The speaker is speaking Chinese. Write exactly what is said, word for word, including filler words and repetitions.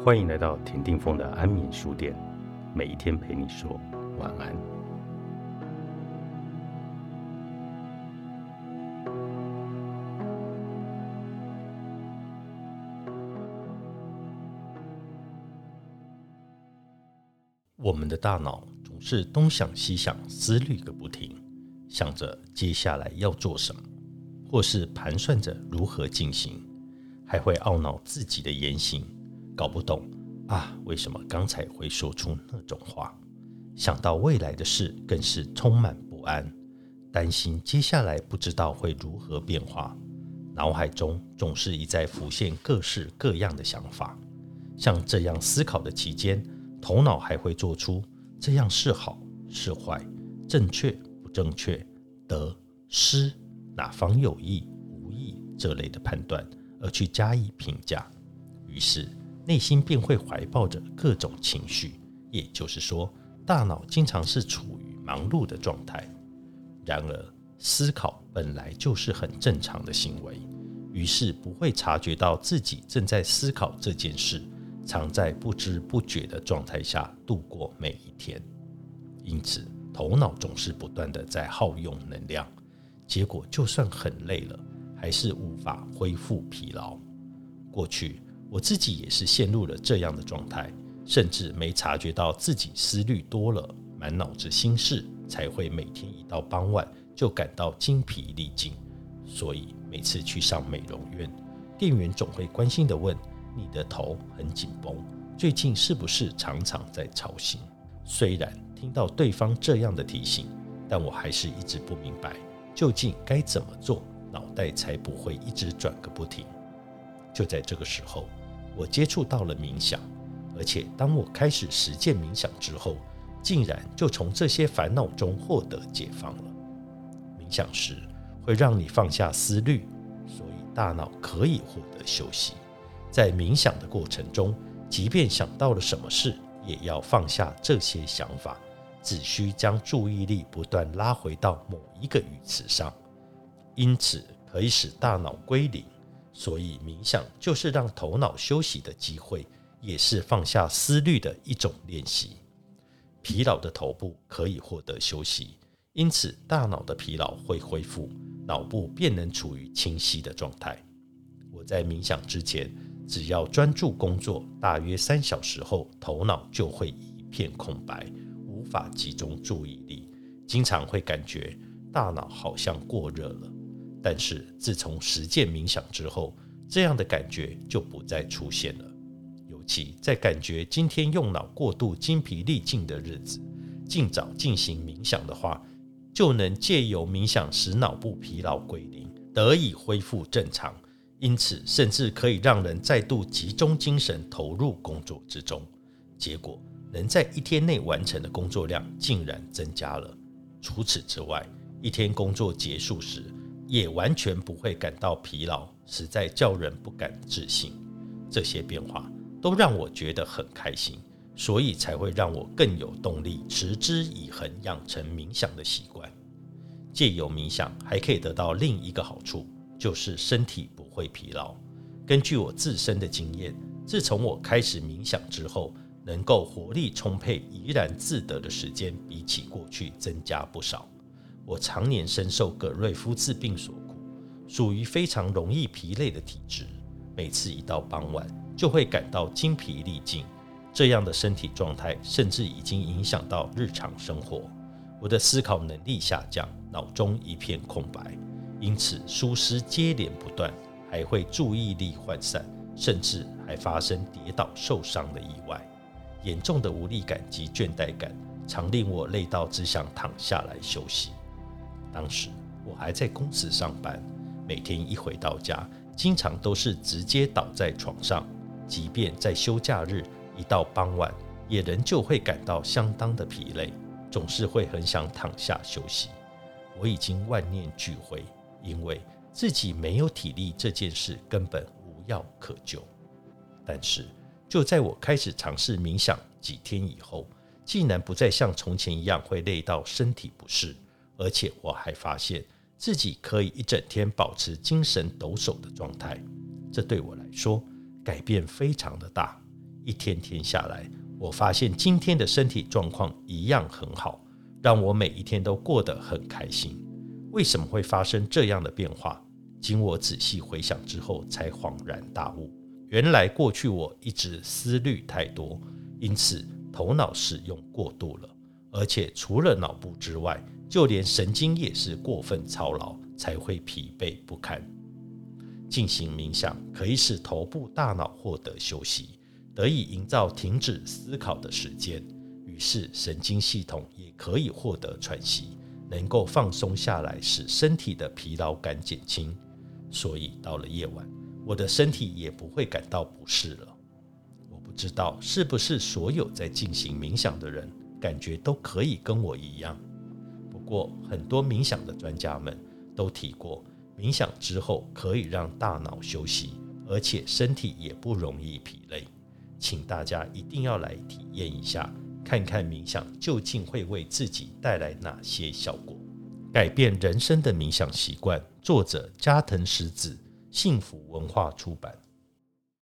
欢迎来到田定峰的安眠书店，每一天陪你说晚安。我们的大脑总是东想西想，思虑个不停，想着接下来要做什么，或是盘算着如何进行，还会懊恼自己的言行，搞不懂啊，为什么刚才会说出那种话？想到未来的事，更是充满不安，担心接下来不知道会如何变化。脑海中总是一再浮现各式各样的想法。像这样思考的期间，头脑还会做出这样是好是坏、正确不正确、得失、哪方有益无益这类的判断，而去加以评价。于是内心便会怀抱着各种情绪，也就是说，大脑经常是处于忙碌的状态。然而，思考本来就是很正常的行为，于是不会察觉到自己正在思考这件事，常在不知不觉的状态下度过每一天。因此，头脑总是不断的在耗用能量，结果就算很累了，还是无法恢复疲劳。过去我自己也是陷入了这样的状态，甚至没察觉到自己思虑多了，满脑子心事，才会每天一到傍晚就感到精疲力尽。所以每次去上美容院，店员总会关心地问，你的头很紧绷，最近是不是常常在操心？虽然听到对方这样的提醒，但我还是一直不明白究竟该怎么做，脑袋才不会一直转个不停。就在这个时候，我接触到了冥想，而且当我开始实践冥想之后，竟然就从这些烦恼中获得解放了。冥想时会让你放下思虑，所以大脑可以获得休息。在冥想的过程中，即便想到了什么事，也要放下这些想法，只需将注意力不断拉回到某一个语词上，因此可以使大脑归零。所以冥想就是让头脑休息的机会，也是放下思虑的一种练习。疲劳的头部可以获得休息，因此大脑的疲劳会恢复，脑部便能处于清晰的状态。我在冥想之前，只要专注工作，大约三小时后，头脑就会一片空白，无法集中注意力，经常会感觉大脑好像过热了。但是自从实践冥想之后，这样的感觉就不再出现了。尤其在感觉今天用脑过度精疲力尽的日子，尽早进行冥想的话，就能借由冥想使脑部疲劳归零，得以恢复正常。因此甚至可以让人再度集中精神投入工作之中，结果能在一天内完成的工作量竟然增加了。除此之外，一天工作结束时也完全不会感到疲劳，实在叫人不敢置信。这些变化都让我觉得很开心，所以才会让我更有动力持之以恒养成冥想的习惯。借由冥想还可以得到另一个好处，就是身体不会疲劳。根据我自身的经验，自从我开始冥想之后，能够活力充沛、怡然自得的时间比起过去增加不少。我常年深受葛瑞夫氏病所苦，属于非常容易疲累的体质，每次一到傍晚就会感到精疲力尽。这样的身体状态甚至已经影响到日常生活，我的思考能力下降，脑中一片空白，因此疏失接连不断，还会注意力涣散，甚至还发生跌倒受伤的意外。严重的无力感及倦怠感常令我累到只想躺下来休息。当时我还在公司上班，每天一回到家，经常都是直接倒在床上，即便在休假日，一到傍晚也仍旧会感到相当的疲累，总是会很想躺下休息。我已经万念俱灰，因为自己没有体力这件事根本无药可救。但是就在我开始尝试冥想几天以后，竟然不再像从前一样会累到身体不适，而且我还发现自己可以一整天保持精神抖擞的状态。这对我来说改变非常的大， 一天天下来，我发现今天的身体状况一样很好，让我每一天都过得很开心。为什么会发生这样的变化？经我仔细回想之后，才恍然大悟。原来过去我一直思虑太多，因此头脑使用过度了，而且除了脑部之外，就连神经也是过分操劳，才会疲惫不堪。进行冥想可以使头部大脑获得休息，得以营造停止思考的时间，于是神经系统也可以获得喘息，能够放松下来，使身体的疲劳感减轻。所以到了夜晚，我的身体也不会感到不适了。我不知道是不是所有在进行冥想的人感觉都可以跟我一样，不过很多冥想的专家们都提过，冥想之后可以让大脑休息，而且身体也不容易疲累。请大家一定要来体验一下，看看冥想究竟会为自己带来哪些效果。改变人生的冥想习惯，作者加藤实子，幸福文化出版。